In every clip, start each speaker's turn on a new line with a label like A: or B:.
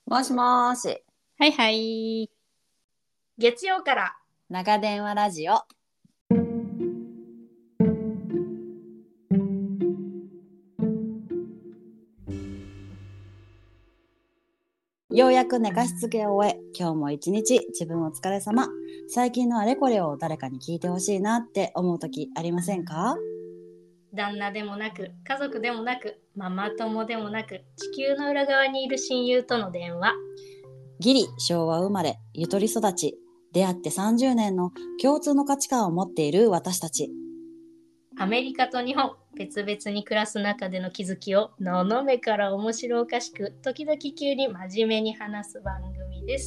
A: もしもーし。
B: はいはい。
C: 月曜から
A: 長電話ラジオ。ようやく寝かしつけを終え、今日も一日自分お疲れ様。最近のあれこれを誰かに聞いてほしいなって思う時ありませんか？
C: 旦那でもなく家族でもなくママ友でもなく地球の裏側にいる親友との電話。
A: ギリ昭和生まれ、ゆとり育ち、出会って30年の共通の価値観を持っている私たち。
C: アメリカと日本別々に暮らす中での気づきを斜めから面白おかしく時々急に真面目に話す番組です。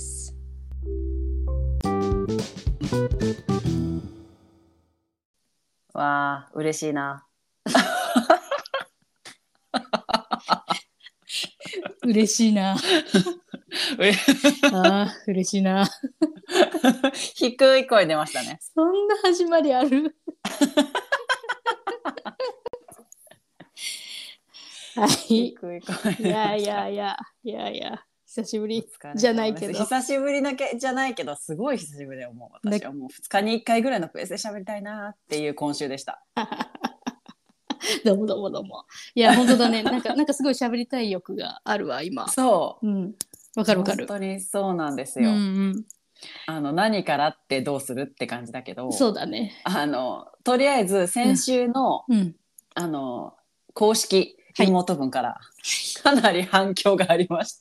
A: わー、嬉しいな。
B: 嬉しいな。嬉しいな。
A: 低い声出ましたね。
B: そんな始まりある？はい。
A: 低い声
B: いやいやいやいやいや、久しぶりじゃないけど。
A: 久しぶりだけじゃないけど、すごい久しぶりで思う。私はもう2日に1回ぐらいのペースで喋りたいなっていう今週でした。
B: どうもどうもどうも。いや本当だね。なんかすごい喋りたい欲があるわ今。
A: そう。
B: うん。わかるわかる。
A: 本当にそうなんですよ。何からってどうするって感じだけど。
B: そうだね。
A: とりあえず先週の、公式妹分からかなり反響がありまして。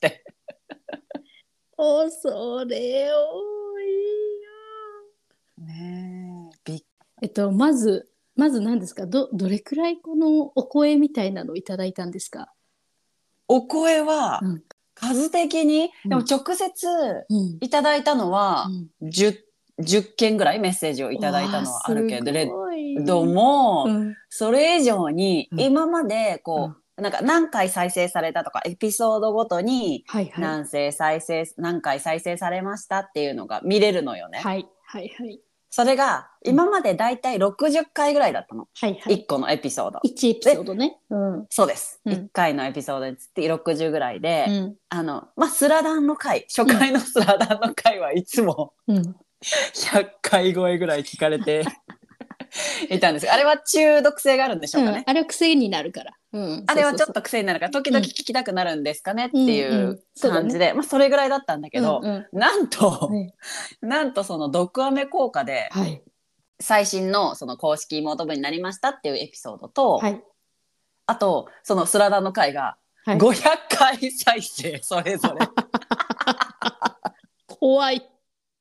B: 恐れ多い
A: よ。ね
B: え。まず何ですか？どれくらいこのお声みたいなのをいただいたんですか？
A: お声は、数的に、でも直接いただいたのは、10件ぐらいメッセージをいただいたのはあるけども、それ以上に今までこう、なんか何回再生されたとかエピソードごとに何回再生されましたっていうのが見れるのよね。
B: はいはいはい。
A: それが今までだいたい60回ぐらいだったの。1個のエピソード。
B: 1エピソードね。
A: そうです。1回のエピソードにつって60ぐらいで、スラダンの回、初回のスラダンの回はいつも100回超えぐらい聞かれていたんです。あれは中毒性があるんでしょうかね。
B: あれは癖になるから。
A: あれはちょっと癖になるから時々聞きたくなるんですかねっていう感じで、それぐらいだったんだけど、なんとその毒アメ効果で最新のその公式妹分になりましたっていうエピソードと、あとそのスラダンの回が500回再生それぞれ。
B: 怖い。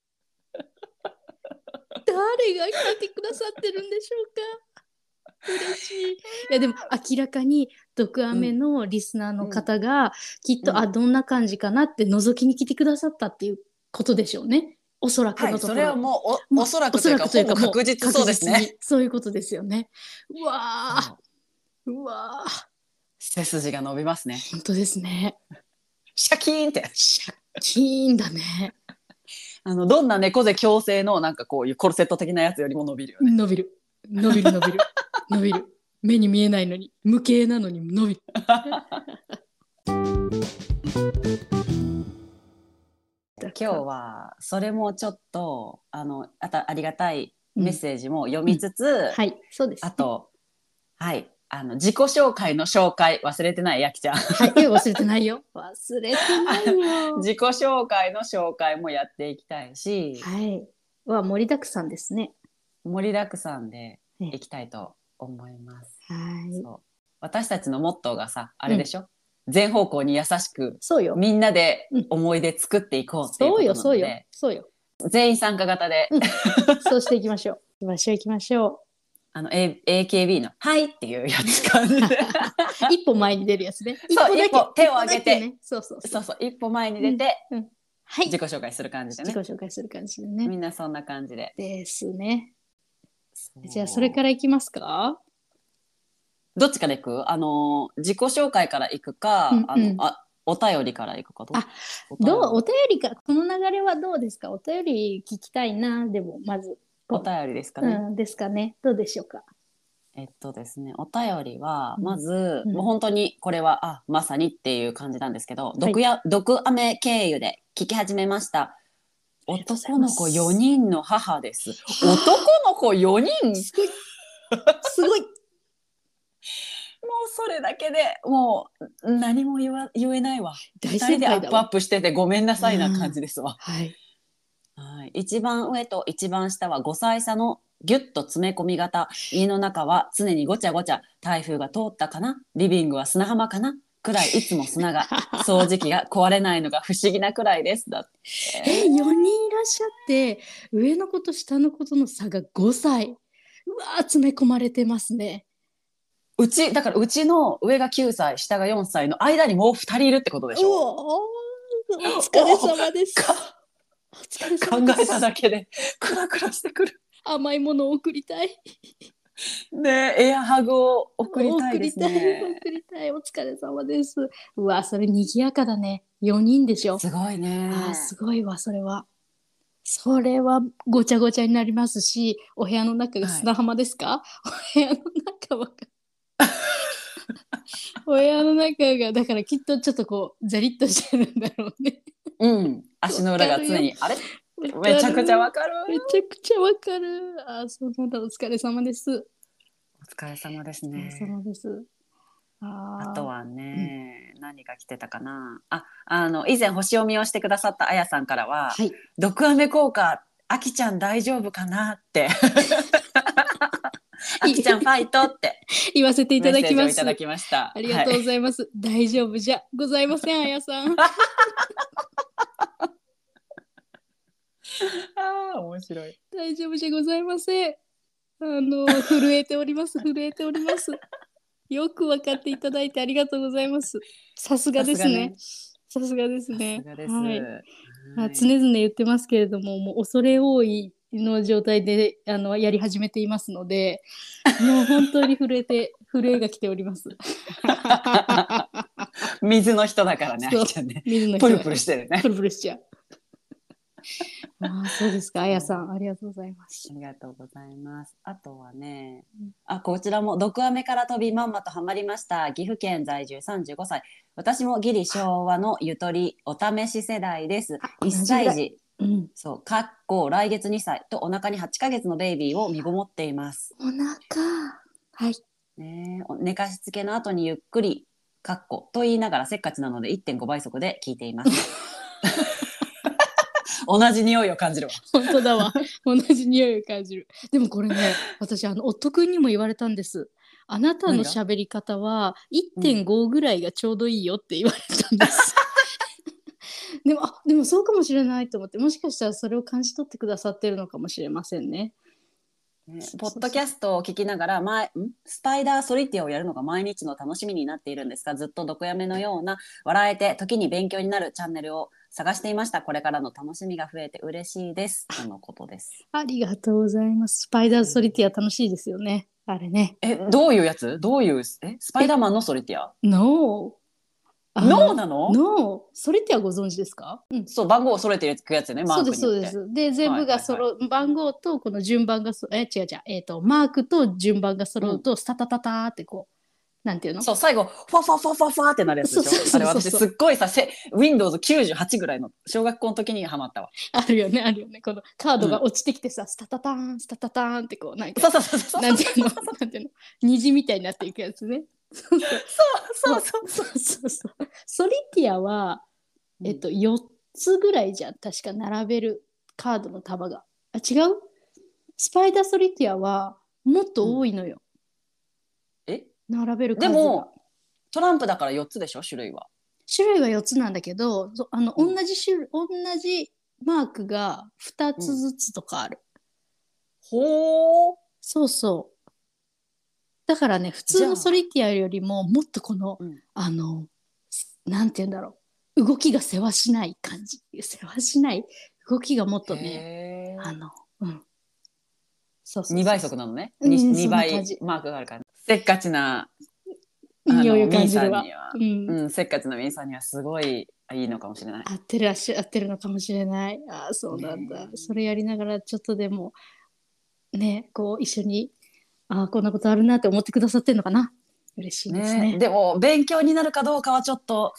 B: 誰が聞いてくださってるんでしょうか。嬉しい。いやでも明らかに毒アメのリスナーの方がきっと、どんな感じかなって覗きに来てくださったっていうことでしょうね。おそらくのところ。
A: それはもうおそらくというかほぼ確実そうですね。
B: そういうことですよね。うわー。
A: 背筋が伸びますね。
B: 本当ですね。
A: シャキーンって。
B: シャキーンだね。
A: どんな猫背矯正のなんかこういうコルセット的なやつよりも伸びるよね。
B: 伸びる。目に見えないのに無形なのに伸びる。
A: 今日はそれもちょっとありがたいメッセージも読みつつ、
B: そうです、ね、
A: あと自己紹介の紹介忘れてないやきちゃん。
B: 忘れてないよ。忘れてないよ。
A: 自己紹介の紹介もやっていきたいし、
B: 盛りだくさんですね。
A: 盛りだくさんでいきたいと思います。そう私たちのモットーがさあれでしょ、全方向に優しくみんなで思い出作っていこうっていうことなので、
B: そうよ
A: 全員参加型で、
B: そうしていきましょう。行きましょう。
A: AKB の「はい」っていうやつ感じで
B: 一歩前に出るやつね。
A: 一歩手を挙げて、
B: そう
A: 一歩前に出て、自己紹介する感じでね。
B: 自己紹介する感じでね。
A: みんなそんな感じで
B: ですね。じゃあそれからいきますか。
A: どっちからいく？自己紹介からいくか、お便りからいくか。
B: お便りか。この流れはどうですか？お便り聞きたいな。でもまず
A: お便りですかね。
B: ですかね。どうでしょうか。
A: ですね、お便りはまず、もう本当にこれはまさにっていう感じなんですけど、毒アメ経由で聞き始めました。男の子4人の母です。男の子4人
B: すごいすごいもう
A: それだけでもう何も言えないわ。2人でアップしててごめんなさいな感じですわ。
B: はい、
A: はい、一番上と一番下は5歳差のギュッと詰め込み型。家の中は常にごちゃごちゃ。台風が通ったかな、リビングは砂浜かなくらい、いつも砂が掃除機が壊れないのが不思議なくらいです。だって
B: 4人いらっしゃって、上の子と下の子との差が5歳。うわー、詰め込まれてますね。
A: だからうちの上が9歳下が4歳の間にもう2人いるってことでしょ。
B: お疲れ様です。お疲れ様です。
A: 考えただけでクラクラしてくる。
B: 甘いものを送りたい
A: ね、エアハグを送りたいですね。
B: 送りたい。お疲れ様です。うわ、それ賑やかだね。4人でしょ。
A: すごいね。
B: すごいわ、それは。それはごちゃごちゃになりますし、お部屋の中が砂浜ですか、お部屋の中はお部屋の中がだからきっとちょっとこうザリッとしてるんだろうね。
A: 足の裏が常にあれめちゃくちゃわかる。
B: めちゃくちゃわかる。そうなんだ。お疲れ様です。
A: お疲れ様ですね。
B: お疲れ様です。
A: あとはね、何が来てたかな。以前星読みをしてくださったあやさんからは、毒アメ効果、あきちゃん大丈夫かなってあきちゃんファイトって
B: 言わせていただきます。
A: メッセージをいただきました。
B: ありがとうございます。大丈夫じゃございません、あやさん。
A: 面白い。
B: 大丈夫じゃございません。震えております。よく分かっていただいてありがとうございます。さすがですね。さすがですね。はい。常々言ってますけれども、もう恐れ多いの状態でやり始めていますので、もう本当に震えが来ております。
A: 水の人だからね、あきちゃんね。
B: 水の人。
A: プルプルしてるね。
B: プルプルしちゃう。そうですか、あやさん、ありがとうございます。
A: ありがとうございます。あとはね、こちらも毒アメから飛びまんまとハマりました。岐阜県在住35歳。私もギリ昭和のゆとりお試し世代です。1歳児。かっこ来月2歳とお腹に8ヶ月のベイビーを身ごもっています。
B: お腹。はい。
A: 寝かしつけの後にゆっくりかっこと言いながらせっかちなので 1.5 倍速で聞いています。同じ匂いを感じるわ。
B: 本当だわ。同じ匂いを感じる。でもこれね、私夫くんにも言われたんです。あなたの喋り方は 1.5 ぐらいがちょうどいいよって言われたんです。でもそうかもしれないと思って、もしかしたらそれを感じ取ってくださってるのかもしれませんね。
A: ポッドキャストを聞きながらスパイダーソリティアをやるのが毎日の楽しみになっているんですが、ずっと毒やめのような笑えて時に勉強になるチャンネルを探していました。これからの楽しみが増えて嬉しいですとのことです。
B: ありがとうございます。スパイダーソリティア楽しいですよね、あれね。
A: どういうやつ？どういうスパイダーマンのソリティア？
B: ノ
A: ーなの？
B: ノー。ソリティアご存知ですか？
A: そう、番号を揃えていくやつね、マークによって。
B: そうです。で、全部が番号とこの順番がマークと順番が揃うと、スタタタタってこう、なんていうの？
A: そう、最後、ファファファファファってなるやつでしょ。あれ私すっごいさ、Windows98 ぐらいの小学校の時にハマったわ。
B: あるよね。このカードが落ちてきてさ、スタタターン、スタタターンってこう、なんか、なんていうの虹みたいになっていくやつね。そう。ソリティアは、4つぐらいじゃん。確か並べるカードの束が。違う？スパイダーソリティアはもっと多いのよ。並べる数が。でも、
A: トランプだから4つでしょ、種類は。
B: 種類は4つなんだけど、同じマークが2つずつとかある。
A: ほー。
B: そう。だからね、普通のソリティアよりももっとこの、なんて言うんだろう。動きがせわしない感じ。せわしない動きがもっとね、
A: 2倍速なのね。2倍マークがあるから。せっかちな
B: 匂いを感じるわ。
A: せっかちなミーさんにはすごいいいのかもしれない。
B: 合ってるのかもしれない。そうなんだ。それやりながらちょっとでもね、こう一緒にこんなことあるなって思ってくださってるのかな。嬉しいですね。
A: でも勉強になるかどうかはちょっと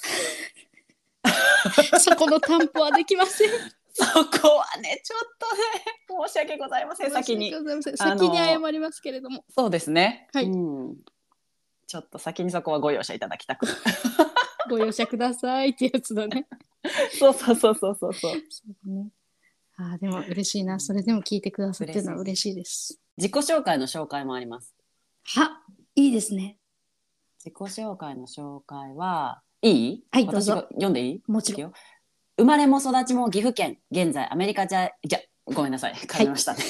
B: そこの担保はできません。
A: そこはねちょっとね申し訳ございません。先に
B: 謝りますけれども。
A: そうですね、
B: はい、
A: ちょっと先にそこはご容赦いただきたく
B: ご容赦くださいってやつだね。
A: そう、
B: ね、でも嬉しいな。それでも聞いてくださってるのは嬉しいです。
A: 自己紹介の紹介もあります。
B: いいですね。
A: 自己紹介の紹介はいい？
B: はい、どうぞ。
A: 私が読んでいい？
B: もちろん。
A: 生まれも育ちも岐阜県、現在アメリカごめんなさい、変えましたね。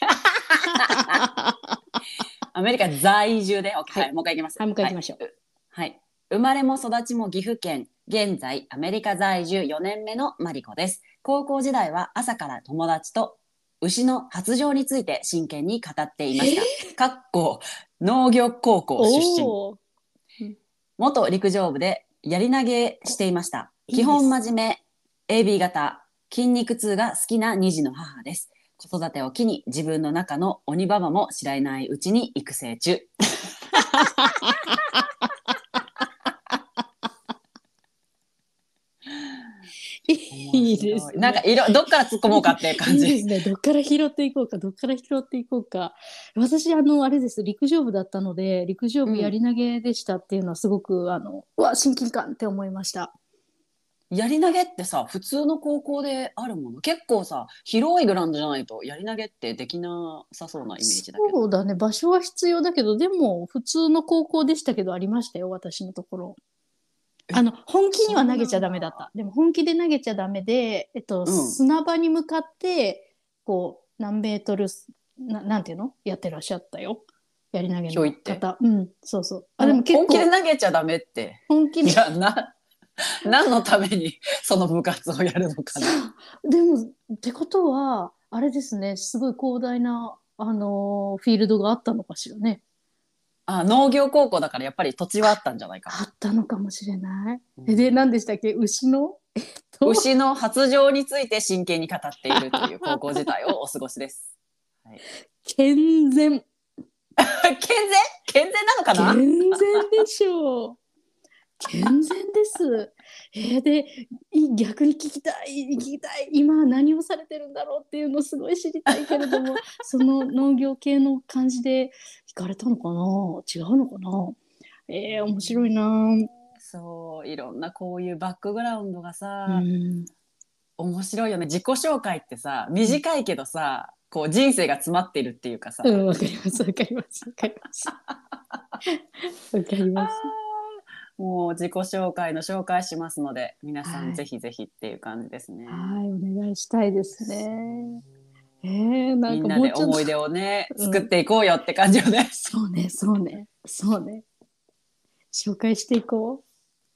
A: アメリカ在住で、OK、はい、もう一回いきます。
B: もう一回いきましょう。
A: はい、生まれも育ちも岐阜県、現在アメリカ在住4年目のマリコです。高校時代は朝から友達と牛の発情について真剣に語っていました。農業高校出身。元陸上部でやり投げしていました。基本真面目、AB 型、筋肉痛が好きな2児の母です。子育てを機に自分の中の鬼ババも知らないうちに育成中。
B: いいですね。
A: なんかどっから突っ込もうかって感じ。
B: いいですね。どっから拾っていこうか。私あれです。陸上部だったので、陸上部やり投げでしたっていうのはすごく、親近感って思いました。
A: やり投げってさ、普通の高校であるもの？結構さ、広いグラウンドじゃないとやり投げってできなさそうなイメージだけど。
B: そうだね。場所は必要だけど、でも普通の高校でしたけどありましたよ、私のところ。本気には投げちゃダメだった。でも本気で投げちゃダメで、砂場に向かってこう何メートルなんていうのやってらっしゃったよ。やり投げの方。そうそう。
A: でも結構本気で投げちゃダメって。
B: 本気で。
A: いや何のためにその部活をやるのかな。
B: でもってことはあれですね。すごい広大なフィールドがあったのかしらね。
A: 農業高校だからやっぱり土地はあったんじゃないかな。
B: あったのかもしれない。で何でしたっけ？牛の
A: 発情について真剣に語っているという高校時代をお過ごしです。はい、
B: 健全
A: なのかな？
B: 健全でしょう。健全です。で逆に聞きたい今何をされてるんだろうっていうのをすごい知りたいけれどもその農業系の感じで惹かれたのかな？違うのかな？面白いな。
A: そう、いろんなこういうバックグラウンドがさ、面白いよね。自己紹介ってさ、短いけどさ、こう人生が詰まってるっていうかさ。
B: わかります。
A: もう自己紹介の紹介しますので、皆さんぜひぜひっていう感じですね。
B: はい、お願いしたいですね。
A: みんなで思い出をね、作っていこうよって感じよね。
B: そうね。紹介していこう。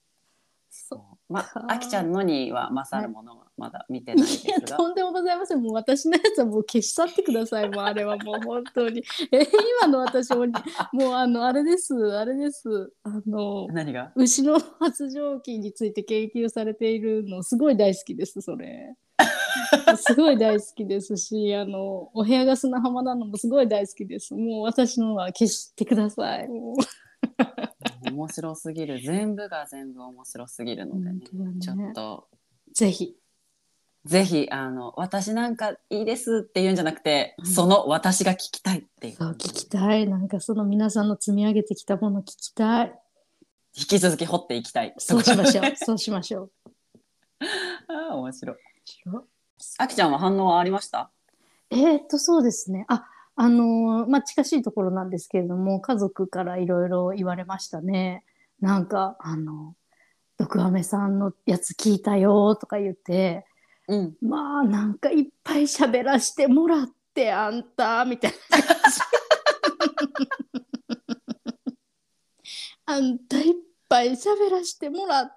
A: あきちゃんのには勝るものはまだ見てないですが。
B: いや、とんでもございません。もう私のやつはもう消し去ってください。もうあれはもう本当に。今の私もうあれです。
A: 何が？
B: 牛の発情期について研究されているのすごい大好きです。それ。すごい大好きですし、お部屋が砂浜なのもすごい大好きです。もう私のは消してください。
A: 面白すぎる。全部が全部面白すぎるのでね。ちょっと
B: ぜひ
A: 私なんかいいですって言うんじゃなくて、その私が聞きたいっていう。
B: そう聞きたい。なんかその皆さんの積み上げてきたもの聞きたい。
A: 引き続き掘っていきたい。
B: そうしましょう。
A: 面白い。あきちゃんは反応はありました？
B: そうですね。近しいところなんですけれども、家族からいろいろ言われましたね。なんか、毒アメさんのやつ聞いたよとか言って、まあ、なんかいっぱい喋らしてもらって、あんた、みたいな感じ。あんたいっぱい喋らしてもらって、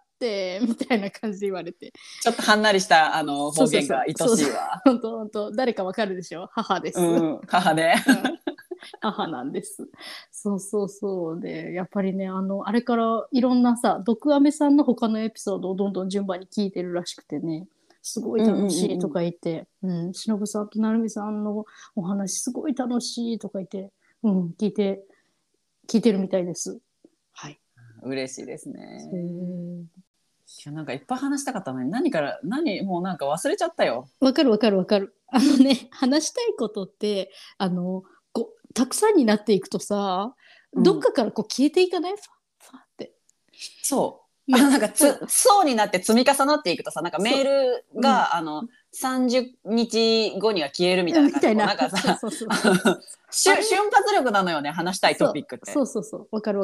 B: みたいな感じで言われて。
A: ちょっとはんなりした方言が愛しいわ。
B: 本当誰かわかるでしょ？母です。
A: 母で。
B: 母なんです。そうで、やっぱりね、あれからいろんなさ、毒アメさんの他のエピソードをどんどん順番に聞いてるらしくてね、すごい楽しいとか言って、忍さんと成美さんのお話すごい楽しいとか言って、 聞いてるみたいです。はい。
A: 嬉しいですね。なんかいっぱい話したかったのにもうなんか忘れちゃったよ。
B: わかる。話したいことってたくさんになっていくとさ、どっかから消えていかない？ファって。
A: そう。なんか層になって積み重なっていくとさ、なんかメールが、30日後には消えるみたいな感じ。なんかさ、瞬発力なのよね、話したいトピックって。
B: そう。わかるよ。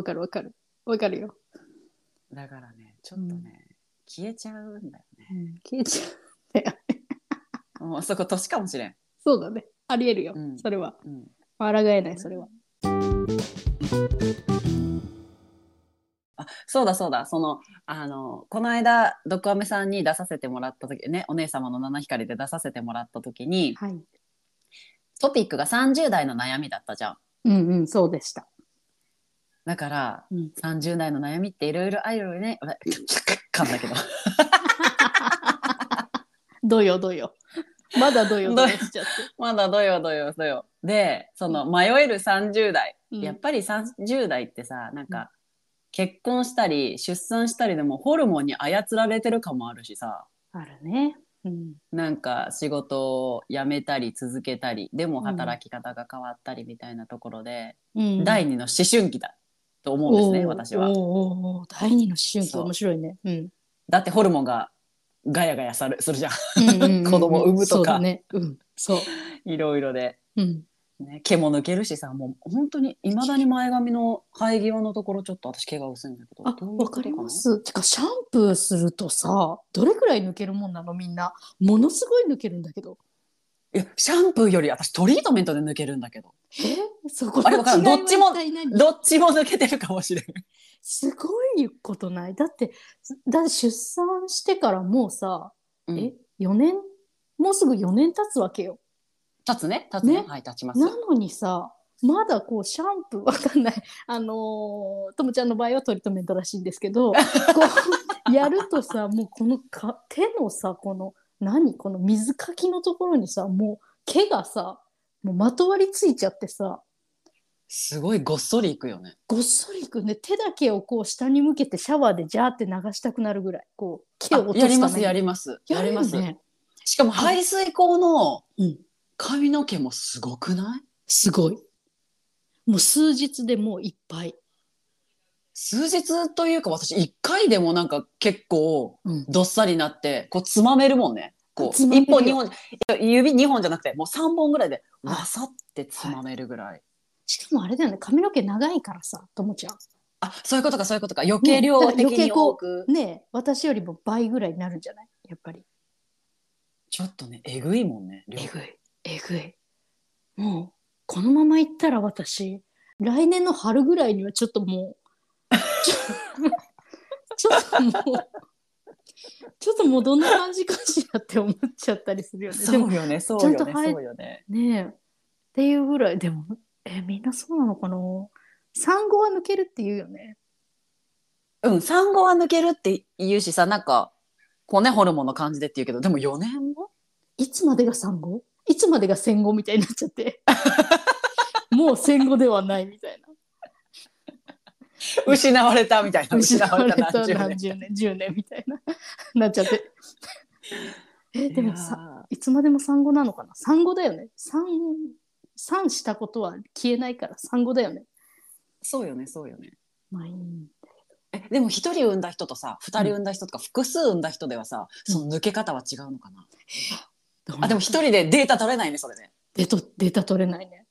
A: だからね、ちょっとね、消えちゃうんだよね。
B: 消えちゃうんだよね。
A: もうそこ年かもしれん。
B: そうだね。ありえるよ、それは。抗えない、それは。
A: そうだこの間ドクアメさんに出させてもらった時ね、お姉様の七光で出させてもらった時に、トピックが30代の悩みだったじゃ
B: ん。そうでした。
A: だから、30代の悩みっていろいろあるよね。かんだけど
B: どよまだどよしちゃって
A: まだどよで、その迷える30代、やっぱり30代ってさ、なんか結婚したり出産したりでもホルモンに操られてるかもあるしさ。
B: あるね。
A: なんか仕事を辞めたり続けたりでも働き方が変わったりみたいなところで、第二の思春期だと思うんですね、私は。
B: 第二の思春期面白いね。
A: だってホルモンがガヤガヤするじゃん。子供を産むとか、いろいろで、毛も抜けるしさ、もう本当にいまだに前髪の生え際のところちょっと私毛が薄いんだけど。
B: わかります。てかシャンプーするとさ、どれくらい抜けるもんなの？みんなものすごい抜けるんだけど。
A: いや、シャンプーより私トリートメントで抜けるんだけど。
B: そこの違いは一体何？
A: どっちも抜けてるかもしれん。
B: すごいことない？だって出産してからもうさ、4年、もうすぐ4年経つわけよ。
A: 経つね、はい、経ちます。
B: なのにさ、まだシャンプーわかんない、ともちゃんの場合はトリートメントらしいんですけど、やるとさ、もうこの手のさ、この水かきのところにさ、もう毛がさ、もうまとわりついちゃってさ、
A: すごいごっそりいくよね。
B: ごっそりいくね。手だけを下に向けてシャワーでジャーって流したくなるぐらい毛を落とすために。
A: やります、
B: ね。
A: しかも排水口の髪の毛もすごくない？
B: すごい。もう数日でもういっぱい。
A: 数日というか、私1回でもなんか結構どっさりなってつまめるもんね。1本2本、指2本じゃなくてもう3本ぐらいでわさってつまめるぐらい。
B: しかもあれだよね、髪の毛長いからさ、ともちゃん。
A: そういうことか。余計量的に多く。
B: ね、私よりも倍ぐらいになるんじゃない？やっぱり。
A: ちょっとね、えぐいもんね。
B: えぐい。もう、このままいったら私、来年の春ぐらいにはちょっともう、ちょっともうどんな感じかしらって思っちゃったりするよね。
A: そうよね。
B: ねえ。っていうぐらい、でも、みんなそうなのかな？産後は抜けるって言うよね。
A: 産後は抜けるって言うしさ、なんか、ホルモンの感じでって言うけど、でも4年も？
B: いつまでが産後？いつまでが戦後みたいになっちゃって。もう戦後ではないみたいな。
A: 失われたみたいな。
B: 失われた何十年、10年みたいな。なっちゃって。でもいつまでも産後なのかな？産後だよね。産したことは消えないから産後だよね。
A: そうよね。
B: まあいいんだ
A: けど。でも1人産んだ人とさ、2人産んだ人とか、複数産んだ人ではさ、その抜け方は違うのかな？でも1人でデータ取れないね、それね。
B: データ取れないね。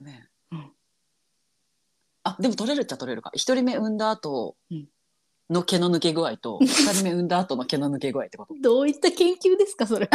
A: でも取れるっちゃ取れるか。1人目産んだ後の毛の抜け具合と、2人目産んだ後の毛の抜け具合ってこと？
B: どういった研究ですか、それは。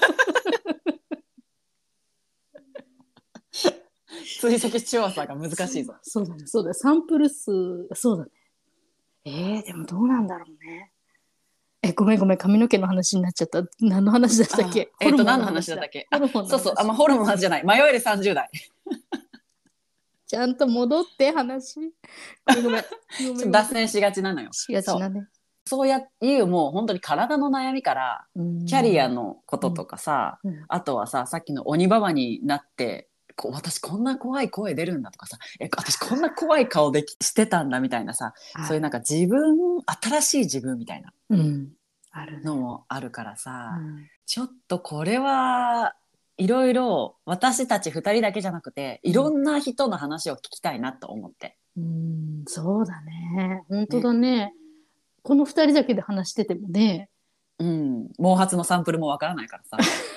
A: 追跡調査が難しいぞ。
B: そうだね。サンプル数、そうだね。でもどうなんだろうね。ごめん、髪の毛の話になっちゃった。何の話だったっけ？
A: 何の話だったっけ？そう、ホルモンの話じゃない。迷える30代。
B: ちゃんと戻って話。ごめん。
A: 脱線しがちなのよ。そういうもう本当に体の悩みから、キャリアのこととかさ、あとはさ、さっきの鬼ババになって私こんな怖い声出るんだとかさ、私こんな怖い顔してたんだみたいなさ、そういうなんか新しい自分みたいなのもあるからさ、ちょっとこれはいろいろ私たち2人だけじゃなくていろんな人の話を聞きたいなと思って。
B: そうだね。本当だね。この2人だけで話しててもね。
A: 毛髪のサンプルもわからないからさ。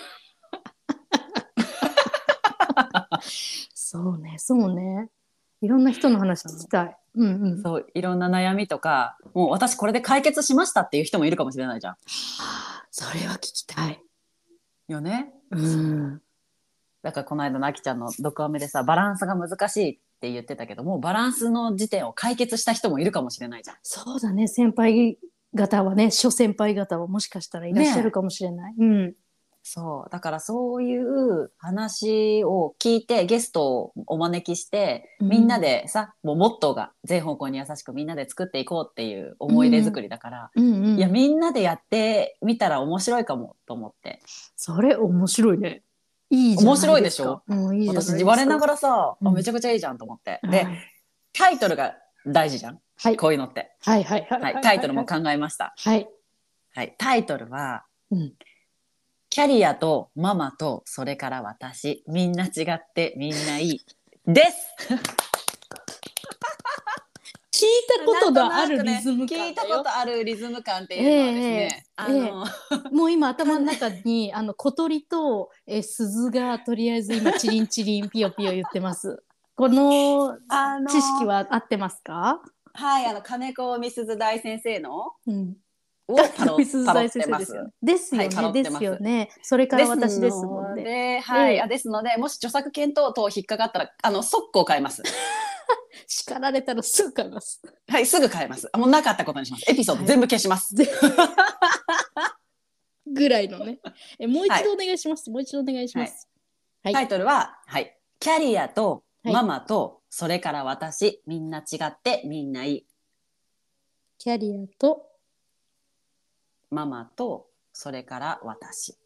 B: そうね、そうね。いろんな人の話聞きたい。
A: そう、いろんな悩みとか、もう私これで解決しましたっていう人もいるかもしれないじゃん。
B: それは聞きたい。
A: よね。だからこの間のあきちゃんの毒アメでさ、バランスが難しいって言ってたけども、バランスの時点を解決した人もいるかもしれないじゃん。
B: そうだね、先輩方はね、諸先輩方はもしかしたらいらっしゃるかもしれない。
A: そうだからそういう話を聞いてゲストをお招きして、みんなでさ、もうモットーが全方向に優しくみんなで作っていこうっていう思い出作りだから、いやみんなでやってみたら面白いかもと思って。
B: それ面白いね。いいじゃないですか。
A: 面白いでしょ。私我ながらさ、めちゃくちゃいいじゃんと思って。で、タイトルが大事じゃん、こういうのって。タイトルも考えました。タイトルは、キャリアとママとそれから私、みんな違ってみんないいです
B: 聞いたことがあるリズム感、
A: 聞いたことあるリズム感っていうのはですね、
B: もう今頭の中に小鳥と鈴がとりあえず今チリンチリンピヨピヨ言ってます。この知識は合ってますか？
A: はい、金子みすず大先生の
B: をパロってます。ですよね、ですよね。それから私ですもんね。
A: ですので、もし著作権等々引っかかったら速攻変えます。
B: 叱られたらすぐ変えます。
A: はい、すぐ変えます。もうなかったことにします。エピソード全部消します。
B: ぐらいのね。もう一度お願いします。もう一度お願いします。
A: タイトルは、キャリアとママとそれから私、みんな違ってみんないい。
B: キャリアと
A: ママとそれから私。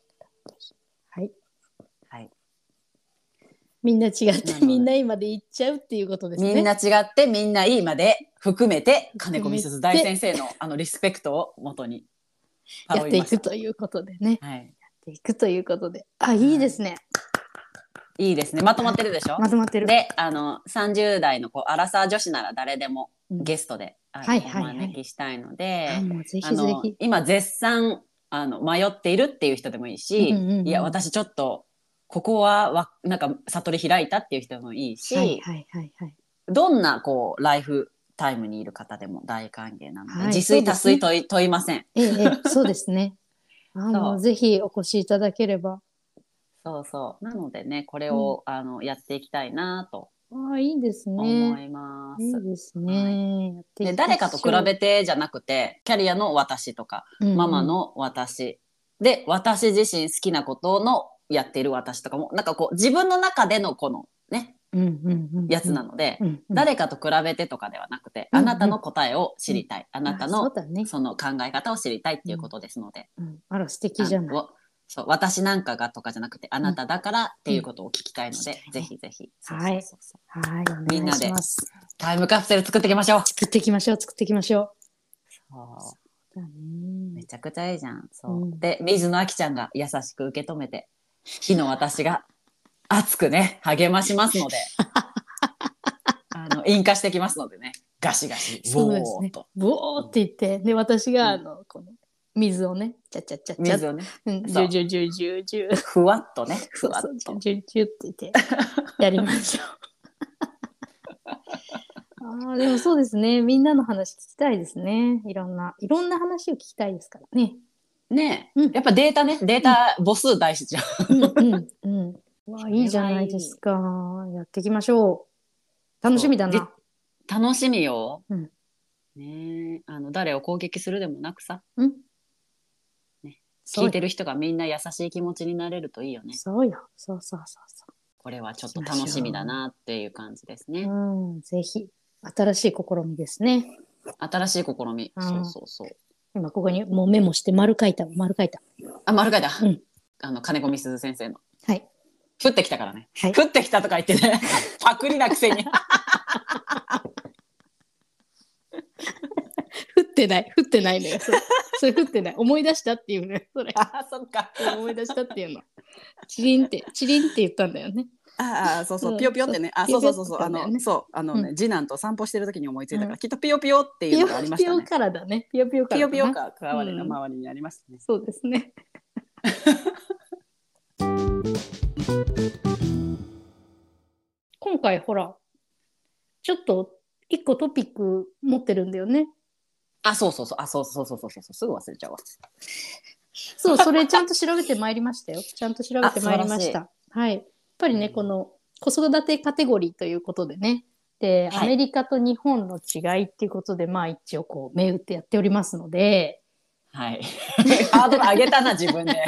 B: みんな違ってみんないいまで言っちゃうっていうことですね。
A: みんな違ってみんないいまで含めて金子みすず大先生のリスペクトを元に
B: やっていくということでね。やっていくということで、いいですね。
A: いいですね。まとまってるでしょ。
B: まとまってる。
A: で、30代のアラサー女子なら誰でもゲストでお招きしたいので、今絶賛迷っているっていう人でもいいし、いや私ちょっとここはなんか悟り開いたっていう人でもいいし、どんなライフタイムにいる方でも大歓迎なので、自炊多炊問いません。
B: そうですね。ぜひお越しいただければ。
A: そうなのでね、これをやっていきたいなと
B: いいですね。
A: 思います。
B: いいですね。
A: で誰かと比べてじゃなくて、キャリアの私とか、ママの私で、私自身好きなことのやっている私とかも、なんか自分の中でのこのね、やつなので、誰かと比べてとかではなくて、あなたの答えを知りたい、あなたのその考え方を知りたいっていうことですので、
B: あら素敵じゃない。
A: そう、私なんかがとかじゃなくて、あなただからっていうことを聞きたいので、ぜひぜひ。みんなでタイムカプセル作っていきましょう。
B: 作っていきましょう。
A: そうだね。めちゃくちゃいいじゃん。で、水野あきちゃんが優しく受け止めて、火の私が熱くね、励ましますので、引火してきますのでね、ガシガシ、ボーっと。
B: ボーって言って、で、私がこの水をね、ちゃちゃちゃちゃ、
A: 水をね、
B: ジュジュジュジュジュ、
A: ふわっとね、ふわっと。
B: ジュジュジュって言ってやりましょう。でもそうですね、みんなの話聞きたいですね。いろんな話を聞きたいですからね。
A: ねえ、やっぱデータ母数大事じゃ
B: ん。いいじゃないですか。やっていきましょう。楽しみだな。
A: 楽しみよ。ね、誰を攻撃するでもなくさ、聞いてる人がみんな優しい気持ちになれるといいよね。
B: そうよ。そう。
A: これはちょっと楽しみだなっていう感じですね。
B: ぜひ新しい試みですね。
A: 新しい試み。そう。
B: 今ここにもうメモして丸書いた。
A: 丸書いた。金子みすず先生の。 降ってきたからね。
B: はい
A: 降ってきたとか言ってね。パクリなくせに。
B: 降ってないのよ。それ降ってない。思い出したっていうのよ。それ。
A: あ、そっか。
B: 思い出したっていうの。チリンって言ったんだよね。
A: そうそう、
B: うん
A: ピヨピヨってね。
B: そう
A: そうそうそう、
B: ピヨピヨって言ったんだよね
A: 次男と散歩してる時に思いついたから、
B: うん
A: きっとピヨピヨっていうのがありましたね。
B: ピヨからだね。ピヨピヨから
A: ピ
B: だな。
A: ヨピヨか、周りの周りにありましたね。
B: そうですね。今回ほら、ちょっと一個トピック持ってるんだよね。
A: そうそうそう、すぐ忘れちゃうわ。
B: そう、それちゃんと調べてまいりましたよ。ちゃんと調べてまいりまし
A: 素晴ら
B: た。はい。やっぱりね、この子育てカテゴリーということでね。で、
A: はい
B: アメリカと日本の違いっていうことで、まあ一応こう、銘打ってやっておりますので。
A: はい。ハードル上げたな、自分で。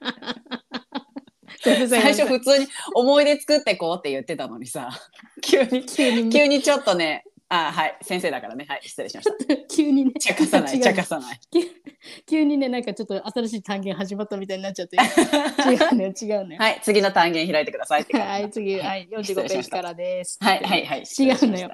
A: 最初普通に思い出作ってこうって言ってたのにさ、急にちょっとね、はい、先生だからね、はい、失礼しました。
B: 急にね、
A: 茶化さない。
B: 急にね、なんかちょっと新しい単元始まったみたいになっちゃって。違うね。
A: はい、次の単元開いてくださいって感じ。
B: はい、次、はい、45ページからです。
A: はい。
B: 違うのよ。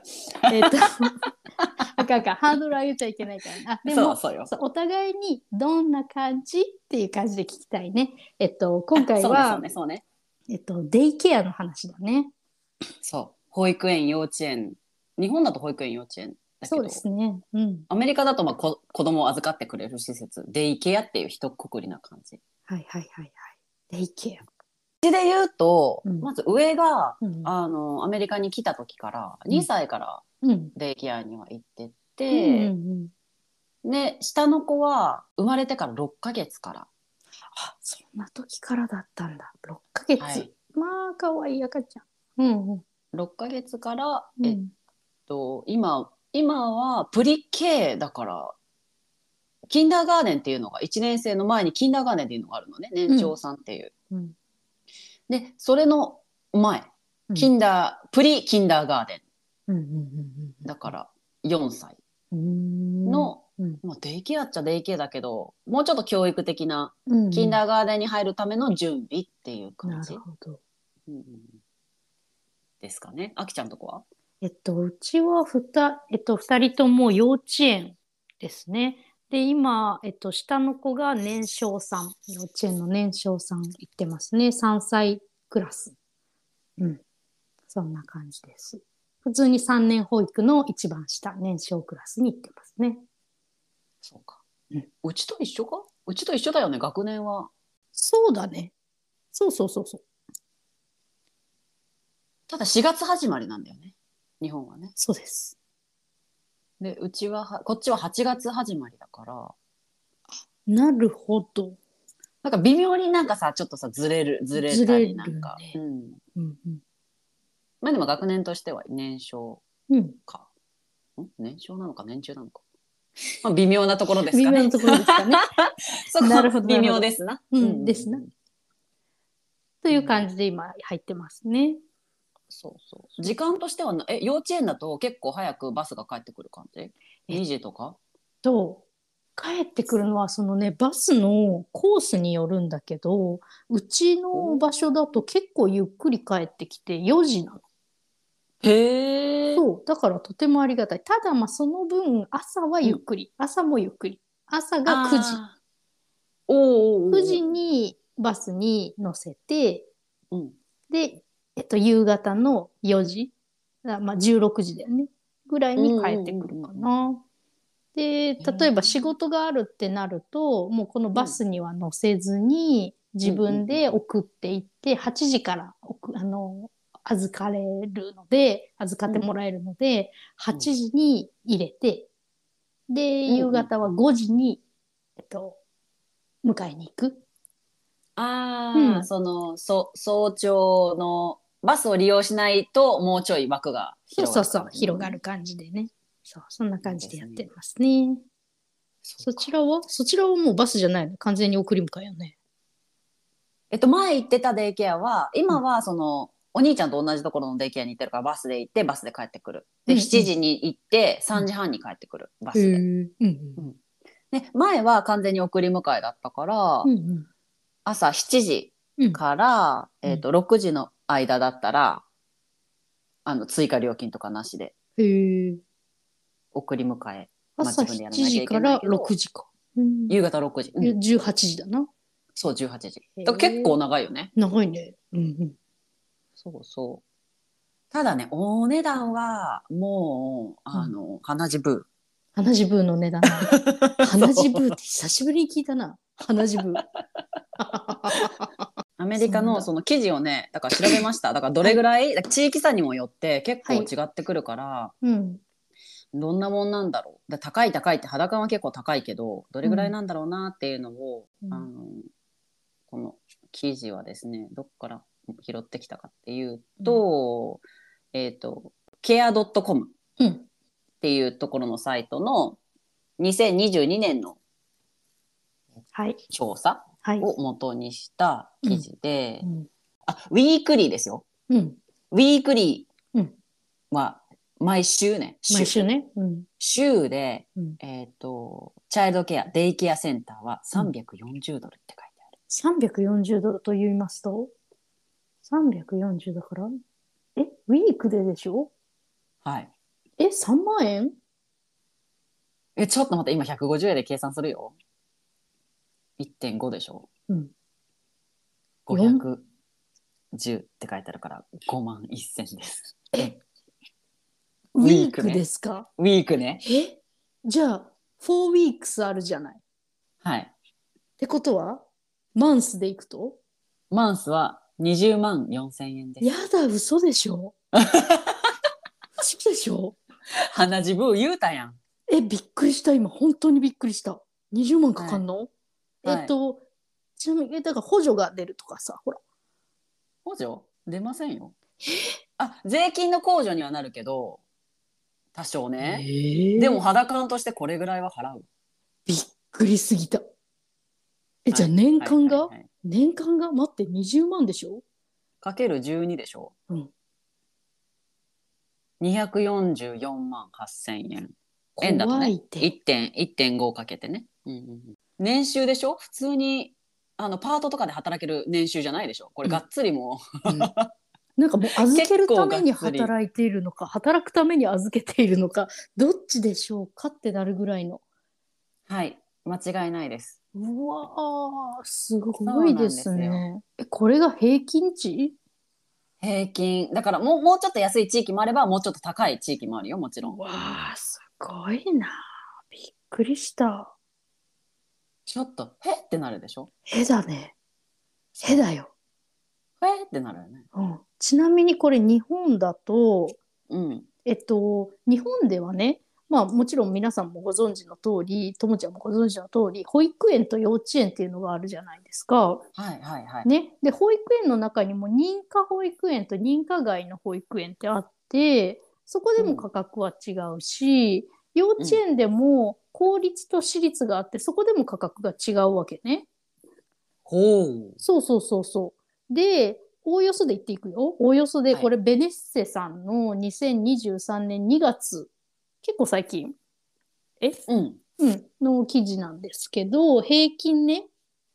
B: ハードル上げちゃいけないからね。でも
A: そうよ。
B: お互いにどんな感じっていう感じで聞きたいね。今回は、
A: そうね。
B: デイケアの話だね。
A: そう。保育園、幼稚園。日本だと保育園、幼稚園だけど。
B: そうですね。うん。
A: アメリカだと子供を預かってくれる施設、デイケアっていう一括りな感じ。
B: はい。デイケア。
A: で言うと、
B: うん
A: まず上が、
B: うん
A: アメリカに来た時から2歳からデイケアには行ってて、で下の子は生まれてから6ヶ月から。
B: そんな時からだったんだ。6ヶ月。はい、まあ可愛い赤ちゃん。
A: 6ヶ月から、今はプリ K だからキンダーガーデンっていうのが1年生の前にキンダーガーデンっていうのがあるのね、年長さんっていう。でそれの前プリキンダーガーデン、だから4歳の、デイケアっちゃデイケアだけどもうちょっと教育的な、キンダーガーデンに入るための準備っていう感じ。なるほど。ですかね。あきちゃんとこは？
B: うちは2人とも幼稚園ですね。で今、下の子が年少さん、幼稚園の年少さん行ってますね。3歳クラス。そんな感じです。普通に3年保育の一番下、年少クラスに行ってますね。
A: そうか。うちと一緒か？うちと一緒だよね、学年は。
B: そうだね。そう。
A: ただ4月始まりなんだよね、日本はね。
B: そうです。
A: でこっちは8月始まりだから。
B: なるほど。
A: なんか微妙になんかさ、ちょっとさずれたりなんか、まあでも学年としては年少か、年少なのか年中なのか、まあ、微妙なところですかね。
B: 微妙なところですかね。
A: なるほど、微妙ですな。
B: ですな。という感じで今入ってますね。
A: そう時間としては幼稚園だと結構早くバスが帰ってくる感じ？2時とか？
B: 帰ってくるのはそのね、バスのコースによるんだけど、うちの場所だと結構ゆっくり帰ってきて4時なの。
A: へー。
B: そうだからとてもありがたい。ただまあその分朝はゆっくり、朝もゆっくり。朝が9時。9時にバスに乗せて、で夕方の4時、まあ16時だよね。ぐらいに帰ってくるかな。で、例えば仕事があるってなると、もうこのバスには乗せずに、自分で送っていって、8時から預かってもらえるので、8時に入れて、で、夕方は5時に、迎えに行く。
A: その早朝のバスを利用しないともうちょい枠が広がる。
B: そう広がる感じでね。そんな感じでやってますね。そちらはもうバスじゃないの？完全に送り迎えよね。
A: 前行ってたデイケアは今はその、お兄ちゃんと同じところのデイケアに行ってるからバスで行ってバスで帰ってくる。で、7時に行って3時半に帰ってくる、バスで。で前は完全に送り迎えだったから、朝7時から、6時の間だったら追加料金とかなしで送り迎え、
B: 朝7時から6時か、
A: 夕方6時、
B: 18時だな。
A: そう18時だから結構長いよね。
B: 長いね。
A: そうそう。ただね、お値段はもう花ジブ
B: ーの値段な花ジブーって久しぶりに聞いたな。花ジブー
A: アメリカのその記事をね、だから調べました。だからどれぐらい、地域差にもよって結構違ってくるから、どんなもんなんだろう。高いって肌感は結構高いけど、どれぐらいなんだろうなっていうのを、この記事はですね、どっから拾ってきたかっていうと、care.com っていうところのサイトの2022年の調査を元にした記事で、ウィークリーですよ。ウィークリーは毎週ね。週で、チャイルドケア、デイケアセンターは$340って書いてある。
B: $340と言いますと、340だから、ウィークででしょ？
A: はい。
B: 3万円？
A: ちょっと待って、今150円で計算するよ。1.5 でしょ。510って書いてあるから5万1000です。
B: ウィークですか？
A: ウィークね。
B: じゃあ4ウィークスあるじゃない。
A: はい。
B: ってことはマンスでいくと？
A: マンスは20万4000円です。
B: やだ、嘘でしょ？嘘でしょ？
A: 鼻自分言うたやん。
B: びっくりした。今本当にびっくりした。20万かかんの？ちなみにだから補助が出るとかさ、ほら。
A: 補助出ませんよ。税金の控除にはなるけど多少ね。でも肌感としてこれぐらいは払う。
B: びっくりすぎた。じゃあ年間が待って20万でしょ？
A: かける12でしょ。244万8000円。円だとね。1.5 かけてね。年収でしょ？普通にパートとかで働ける年収じゃないでしょ。これがっつりもう、
B: なんかもう預けるために働いているのか、働くために預けているのか、どっちでしょうかってなるぐらいの。
A: はい、間違いないです。
B: うわー、すごいですね。これが平均値？
A: 平均だからもうちょっと安い地域もあればもうちょっと高い地域もあるよ、もちろん。
B: わー、すごいな。びっくりした。
A: ちょっとってなるでしょ。
B: だね。だよ。
A: ってなるよね。
B: ちなみにこれ日本だと、日本ではね、もちろん皆さんもご存知の通り、ともちゃんもご存知の通り、保育園と幼稚園っていうのがあるじゃないですか。で、保育園の中にも認可保育園と認可外の保育園ってあって、そこでも価格は違うし、幼稚園でも公立と私立があって、そこでも価格が違うわけね。そう。で、おおよそで言っていくよ。おおよそで、これ、ベネッセさんの2023年2月、結構最近、の記事なんですけど、平均ね、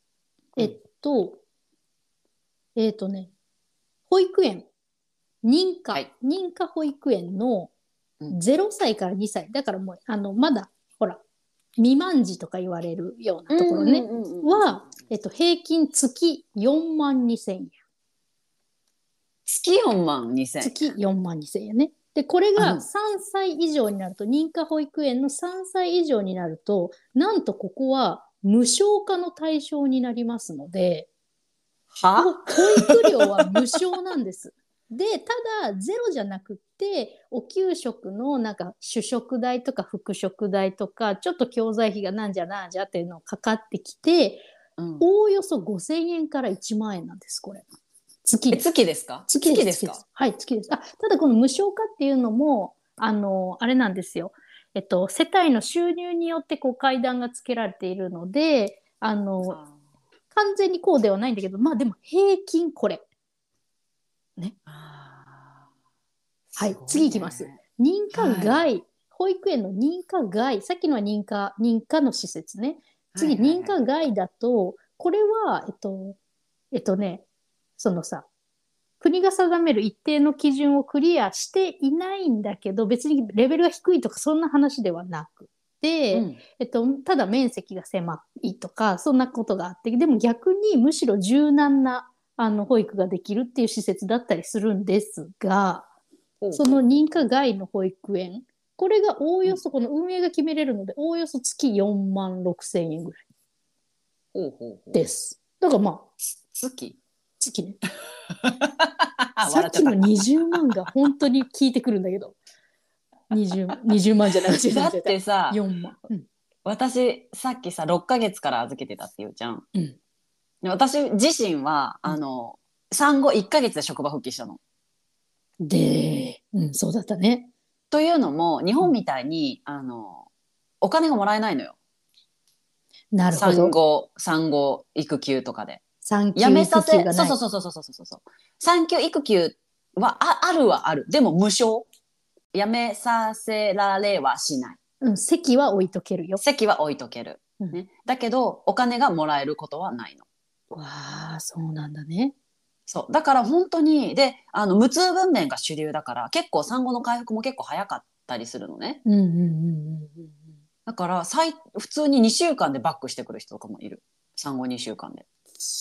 B: 保育園、認可保育園の0歳から2歳、だからもう、まだ、ほら、未満児とか言われるようなところね、は、平均月4万2000円。
A: 月4万2000円。
B: 月4万2000円ね。で、これが3歳以上になると、認可保育園の3歳以上になると、なんとここは無償化の対象になりますので、保育料は無償なんです。で、ただゼロじゃなくって、お給食のなんか主食代とか副食代とか、ちょっと教材費がなんじゃっていうのがかかってきて、おおよそ5000円から1万円なんです、これ。月
A: ですか？月ですか？
B: はい、月です。ただこの無償化っていうのも、あれなんですよ。世帯の収入によってこう階段がつけられているので、完全にこうではないんだけど、でも平均これ。ね。はい、次いきます。認可外、保育園の認可外、さっきのは認可の施設ね。次、認可外だと、これは、 そのさ、国が定める一定の基準をクリアしていないんだけど、別にレベルが低いとかそんな話ではなくて、ただ面積が狭いとか、そんなことがあって、でも逆にむしろ柔軟な保育ができるっていう施設だったりするんですが、その認可外の保育園、これがおおよそ、この運営が決めれるので、おおよそ月4万6千円ぐらいです。だからまあ、月ね。さっきの20万が本当に効いてくるんだけど。20万じゃなくて。
A: だってさ、
B: 4万。
A: 私、さっきさ、6ヶ月から預けてたって言うじゃん。私自身は、産後1ヶ月で職場復帰したの。
B: そうだったね。
A: というのも、日本みたいに、お金がもらえないのよ。
B: なるほど。
A: 産後育休とかで。
B: 産休育休がない。
A: そう。産休育休はある。でも無償。やめさせられはしない。
B: 席は置いとけるよ。
A: 席は置いとける。ね。だけど、お金がもらえることはないの。
B: わあ、そうなんだね。
A: そう。だから本当に、で、無痛分娩が主流だから、結構産後の回復も結構早かったりするのね。だから、普通に2週間でバックしてくる人とかもいる。産後2週間で。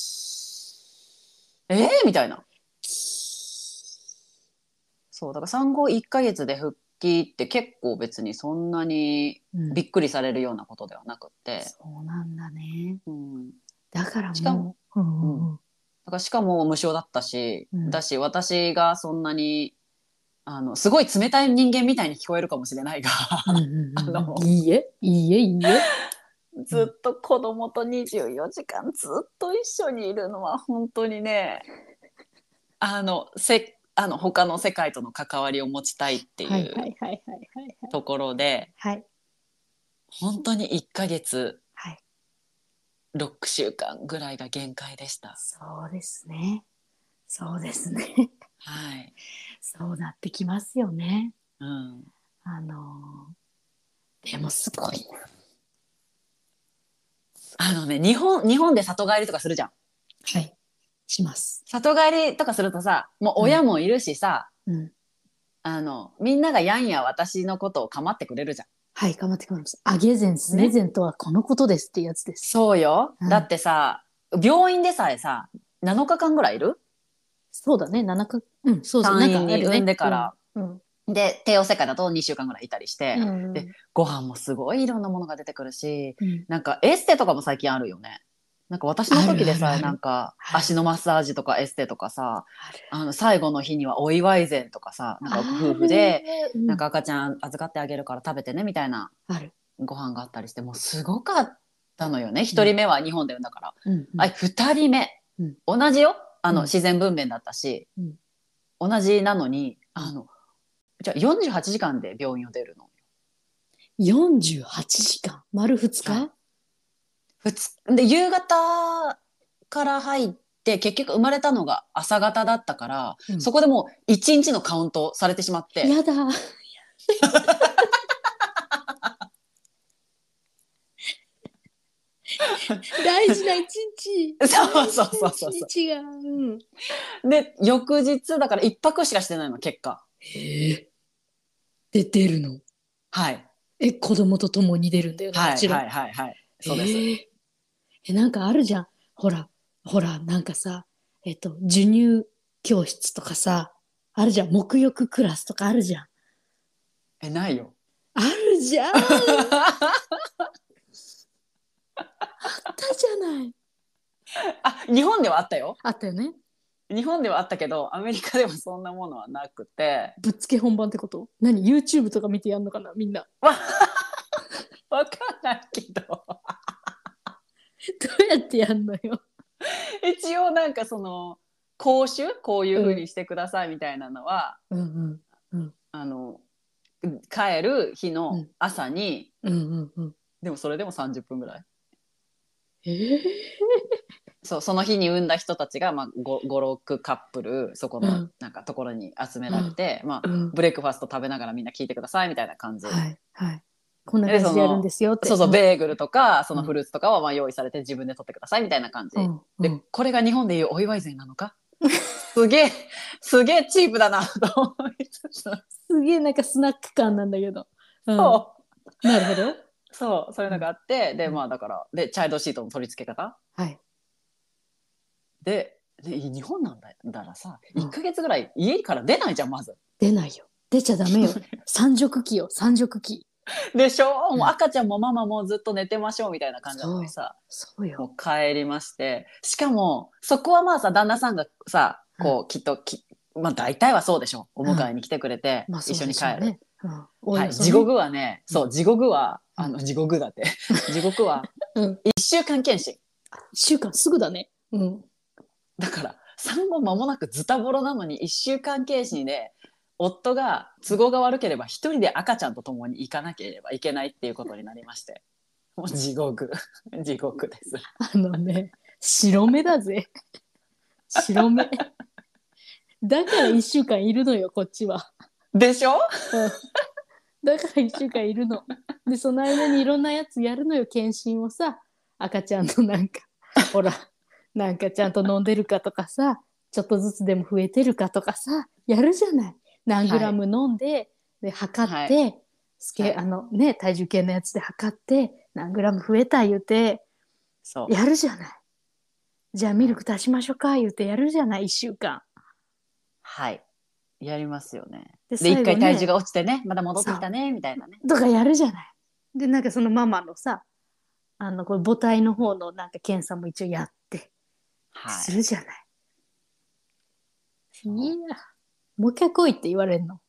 A: みたいな。そう、だから産後1ヶ月で復帰って結構別にそんなにびっくりされるようなことではなくって。
B: そうなんだね。だからもう。
A: しかも無償だったし、私がそんなにすごい冷たい人間みたいに聞こえるかもしれないが
B: いいえ
A: ずっと子供と24時間ずっと一緒にいるのは本当にね他の世界との関わりを持ちたいっていうところで本当に1ヶ月、6週間ぐらいが限界でした。
B: そうですね。はい。そうなってきますよね。でもすごい
A: な。日本で里帰りとかするじゃん。
B: します。
A: 里帰りとかするとさ、もう親もいるしさ、みんながやんや私のことを構ってくれるじゃん。
B: 構ってくれます。あげぜんすねぜんとはこのことですってやつです。
A: そうよ。だってさ、病院でさえさ、7日間ぐらいいる？
B: そうだね、7日。そう
A: 産院に産んでから。で、帝王切開だと2週間ぐらいいたりして、で、ご飯もすごいいろんなものが出てくるし、なんかエステとかも最近あるよね。なんか私の時でさ、なんか足のマッサージとかエステとかさ、最後の日にはお祝い膳とかさ、なんか夫婦で、なんか赤ちゃん預かってあげるから食べてねみたいなご飯があったりして、もうすごかったのよね。1人目は日本で産んだから。2人目、同じよ。自然分娩だったし、同じなのに、じゃあ48時間で病院を出るの。
B: 48時間丸2日、
A: で夕方から入って結局生まれたのが朝方だったから、そこでもう1日のカウントされてしまって。
B: やだ大事な1日
A: そう
B: 1日が、
A: で翌日だから1泊しかしてないの結果。
B: で出るの？子供と共に出るんだよね。もちろん。
A: そうです。
B: なんかあるじゃん。ほらなんかさ、授乳教室とかさあるじゃん。沐浴クラスとかあるじゃん。
A: ないよ。
B: あるじゃんあったじゃない。
A: 日本ではあったよ。
B: あったよね。
A: 日本ではあったけどアメリカではそんなものはなくて。
B: ぶっつけ本番ってこと？何 YouTube とか見てやんのかなみんな。
A: わかんないけどどう
B: やってやんのよ。
A: 一応なんかその講習こういう風にしてくださいみたいなのは、帰る日の朝に、でもそれでも30分ぐらい。その日に産んだ人たちが、5、6カップルそこのなんかところに集められて、ブレックファスト食べながらみんな聞いてくださいみたいな感じ。
B: こんな感じでやるんですよって。
A: ベーグルとかそのフルーツとかは用意されて自分で取ってくださいみたいな感じ、でこれが日本でいうお祝い膳なのかすげえチープだなと思いつつ。
B: すげえなんかスナック感なんだけど。
A: そう。
B: なるほど。
A: そういうのがあって、で、まあだから、で、チャイルドシートの取り付け方。
B: はい。
A: で、日本なんだらさ、1ヶ月ぐらい家から出ないじゃん、まず。
B: 出ないよ。出ちゃダメよ。三熟期よ、三熟期。
A: でしょ、もう赤ちゃんもママもずっと寝てましょうみたいな感じなのにさ、
B: そうよ。
A: もう帰りまして、しかも、そこはまあさ、旦那さんがさ、こう、きっとまあ大体はそうでしょ。お迎えに来てくれて、一緒に帰る。はい、地獄はね、そう、地獄は、地獄だって。地獄は、1週間検診。
B: 1週間すぐだね。
A: だから、産後間もなくズタボロなのに1週間検診で、夫が都合が悪ければ一人で赤ちゃんと共に行かなければいけないっていうことになりまして。もう地獄。地獄です。
B: 白目だぜ。白目。だから1週間いるのよ、こっちは。
A: でしょ、
B: だから1週間いるの。で、その間にいろんなやつやるのよ、検診をさ。赤ちゃんのなんか、ほら、なんかちゃんと飲んでるかとかさ、ちょっとずつでも増えてるかとかさ、やるじゃない。何グラム飲んで、で測って、体重計のやつで測って、何グラム増えた言うて、やるじゃない。じゃあミルク足しましょうか言うてやるじゃない、1週間。
A: はい。やりますよね。で、一回体重が落ちてね、まだ戻ってきたね、みたいなね。
B: とかやるじゃない。で、なんかそのママのさ、これ母体の方のなんか検査も一応やって、するじゃない。いや、もう一回来いって言われるの。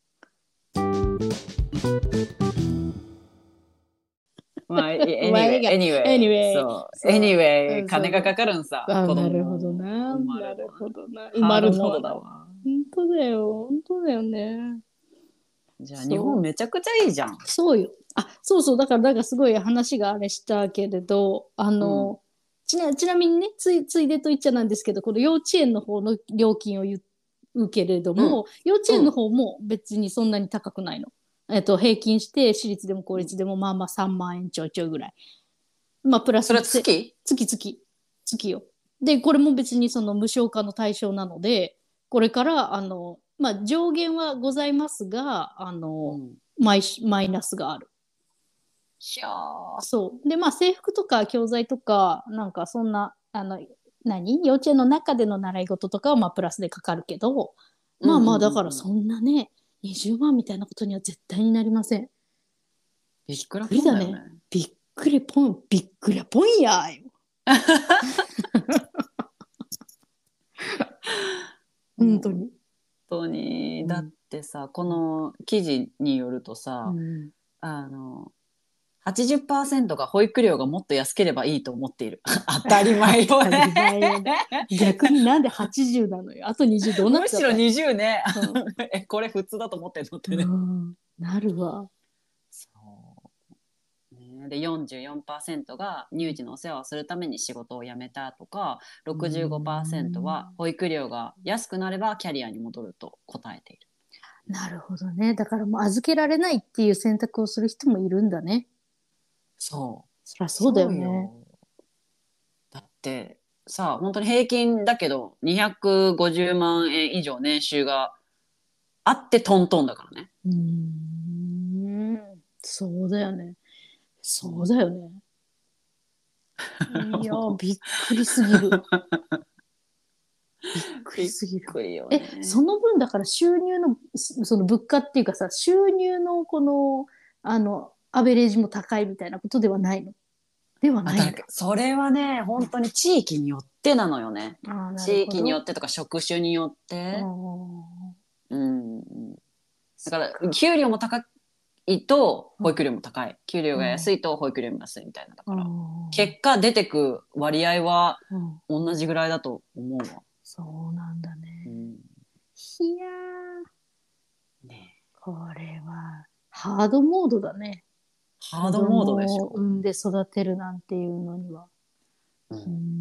A: まあ、anyway、金がかかるんさ。
B: なるほどな。なるほどな。生まれるのだわ。本当だよね。
A: じゃあ日本めちゃくちゃいいじゃん。
B: そうよ。そうだからすごい話があれしたけれど、ちなみにね、ついでと言っちゃなんですけど、この幼稚園の方の料金を言うけれども、幼稚園の方も別にそんなに高くないの。平均して私立でも公立でもまあまあ3万円ちょいちょいぐらい。まあプラス。
A: それは月
B: よ。で、これも別にその無償化の対象なので、これからまあ上限はございますが、マイナスがある。そう。で、まあ制服とか教材とか、なんかそんな、幼稚園の中での習い事とかはまあプラスでかかるけど、まあまあだからそんなね、20万みたいなことには絶対になりません。
A: びっくりだね。
B: びっくりポンやよ。本当
A: に。だってさ、この記事によるとさ、80% が保育料がもっと安ければいいと思っている。当たり前よね。
B: 逆になんで80なのよ。あと20どうなっちゃった？
A: むしろ20ね。これ普通だと思ってんのってね。
B: なるわ。
A: で 44% が乳児のお世話をするために仕事を辞めたとか、65% は保育料が安くなればキャリアに戻ると答えている。
B: なるほどね。だからもう預けられないっていう選択をする人もいるんだね。
A: そ
B: りゃそうだよね。
A: だってさ、本当に平均だけど250万円以上年収があってトントンだからね。
B: そうだよね。そうだよね。いや、びっくりすぎる。びっくりすぎる。
A: よね。
B: その分だから収入の、その物価っていうかさ、収入のこの、アベレージも高いみたいなことではないの？ではないんだ。
A: それはね、本当に地域によってなのよね。地域によってとか職種によって。だから給料も高いと保育料も高い、給料が安いと保育料も安いみたいな。だから結果出てく割合は同じぐらいだと思うわ。
B: そうなんだね。いやー、これはハードモードだね。
A: ハードモードでしょ。
B: 産んで育てるなんていうのには。
A: だ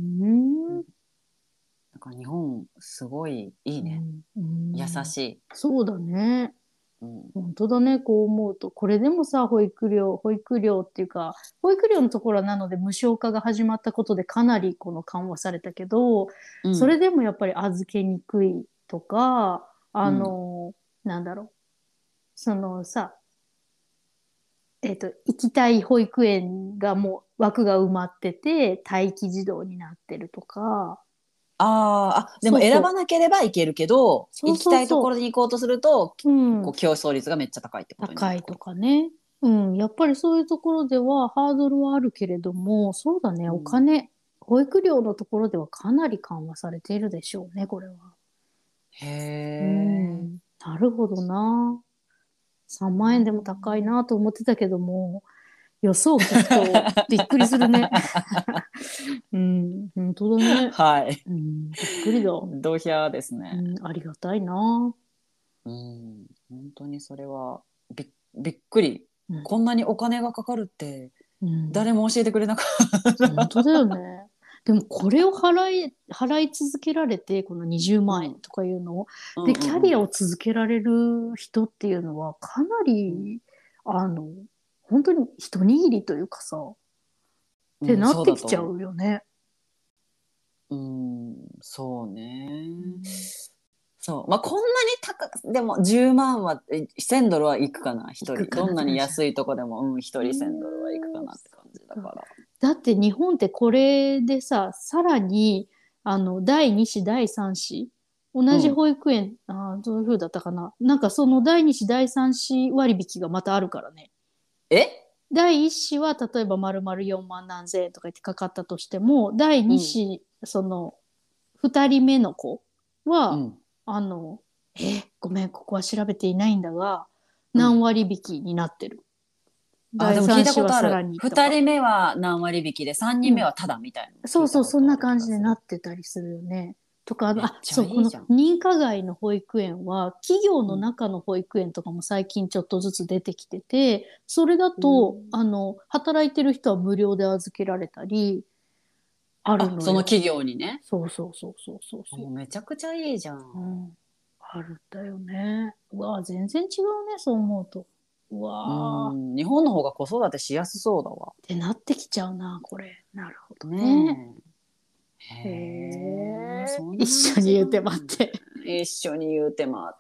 A: から日本すごいいいね。優しい。
B: そうだね。本当だね。こう思うと、これでもさ、保育料っていうか、保育料のところはなので無償化が始まったことでかなりこの緩和されたけど、それでもやっぱり預けにくいとか、なんだろう。そのさ、行きたい保育園がもう枠が埋まってて、待機児童になってるとか。
A: でも選ばなければいけるけど、
B: そうそうそう、
A: 行きたいところに行こうとすると、
B: うん、
A: こう競争率がめっちゃ高いってことになる。
B: 高いとかね。うん、やっぱりそういうところではハードルはあるけれども、そうだね、お金、保育料のところではかなり緩和されているでしょうね、これは。
A: へ
B: ー。なるほどな。3万円でも高いなと思ってたけども、予想聞くとびっくりするね。うん、本当だね。
A: はい。
B: びっくりだ。
A: ドヒャーですね。
B: ありがたいな。
A: 本当にそれはびっくり、こんなにお金がかかるって誰も教えてくれなかった。
B: 本当だよね。でもこれを払い続けられて、この20万円とかいうのを、で、キャリアを続けられる人っていうのはかなり、本当に一握りというかさ、ってなってきちゃうよね。
A: そうね。そう。まあ、こんなにでも10万は、1000ドルはいくかな、一人。どんなに安いとこでも、一人1000ドルはいくかなって感じだから。
B: だって日本ってこれでさ、さらに、第2子、第3子、同じ保育園、どういう風だったかな。なんかその第2子、第3子割引がまたあるからね。第1子は例えば丸々4万何千円とか言ってかかったとしても、第2子、その、2人目の子は、ごめん、ここは調べていないんだが、何割引きになってる。
A: でも聞いたことある。2人目は何割引きで、3人目はタダみたいな。
B: そうそう、そんな感じでなってたりするよね。とか、そう、この認可外の保育園は、企業の中の保育園とかも最近ちょっとずつ出てきてて、それだと、働いてる人は無料で預けられたり、あるのよ。
A: その企業にね。
B: そうそうそうそうそう。
A: もうめちゃくちゃいいじゃん。
B: あるんだよね。うわ、全然違うね、そう思うと。うわ
A: 日本の方が子育てしやすそうだわ。
B: ってなってきちゃうな、これ。なるほどね。へえ。一緒に言うてまって。
A: 一緒に言うてまって。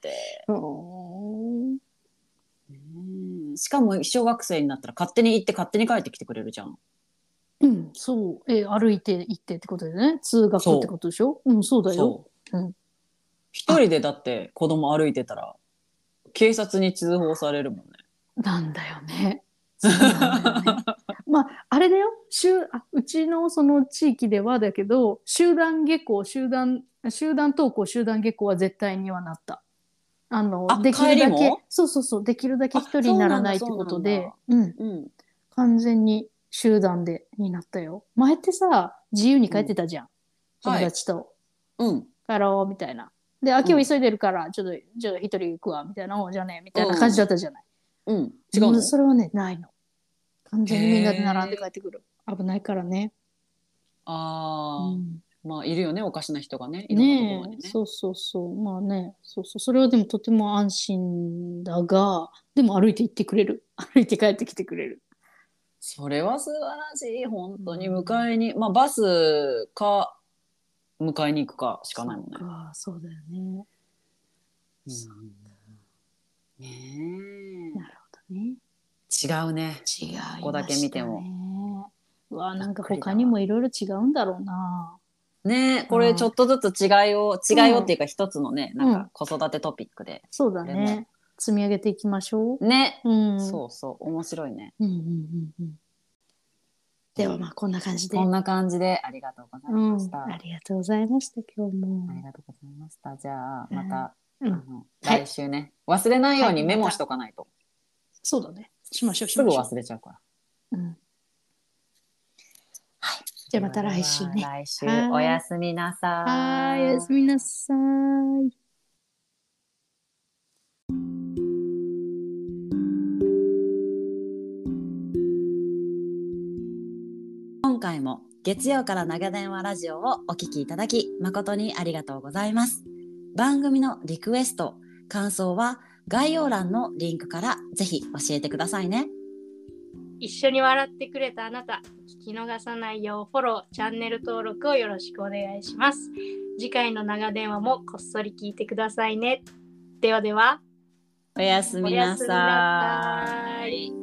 A: しかも小学生になったら勝手に行って勝手に帰ってきてくれるじゃん。
B: そう。歩いて行ってってことでね。通学ってことでしょ。そうだよ。
A: 一人でだって子供歩いてたら警察に通報されるもんね。
B: なんだよね。そうなんだよね。まあ、あれだよ。うちのその地域ではだけど、集団登校、集団下校は絶対にはなった。できるだけ、そう、できるだけ一人にならないってことで、完全に集団になったよ。前ってさ、自由に帰ってたじゃん。友達と。帰ろう、みたいな。で、今日急いでるから、ちょっと一人行くわ、みたいな。じゃあね、みたいな感じだったじゃない。
A: 違うの？
B: それはね、ないの。完全にみんなで並んで帰ってくる。危ないからね。
A: まあ、いるよね、おかしな人がね。
B: ねえ、そう。まあね、そう。それはでもとても安心だが、でも歩いて行ってくれる。歩いて帰ってきてくれる。
A: それは素晴らしい。本当に迎えに、まあバスか迎えに行くかしかないもんね。
B: そうだよね。
A: ねえ。
B: なるほどね。
A: 違うね。
B: 違う。
A: ここだけ見ても。
B: うわ、なんか他にもいろいろ違うんだろうな。
A: ねえ、これちょっとずつ違いをっていうか一つのね、なんか子育てトピックで。
B: そうだね。積み上げていきましょう。
A: ね。そう、面白いね。
B: ではまあこんな感じで。
A: こんな感じでありがとうございました。
B: ありがとうございました、今日も。
A: ありがとうございました。じゃあ、また、来週ね、忘れないようにメモしとかないと。
B: そうだね。しましょう。
A: すぐ忘れちゃうから。
B: はい。じゃあまた来週ね。
A: 来週、おやすみなさい。
B: はい、おやすみなさい。
A: 今回も月曜から長電話ラジオをお聞きいただき誠にありがとうございます。番組のリクエスト、感想は概要欄のリンクからぜひ教えてくださいね。
C: 一緒に笑ってくれたあなた、聞き逃さないようフォロー、チャンネル登録をよろしくお願いします。次回の長電話もこっそり聞いてくださいね。ではでは、
A: おやすみなさ
C: い。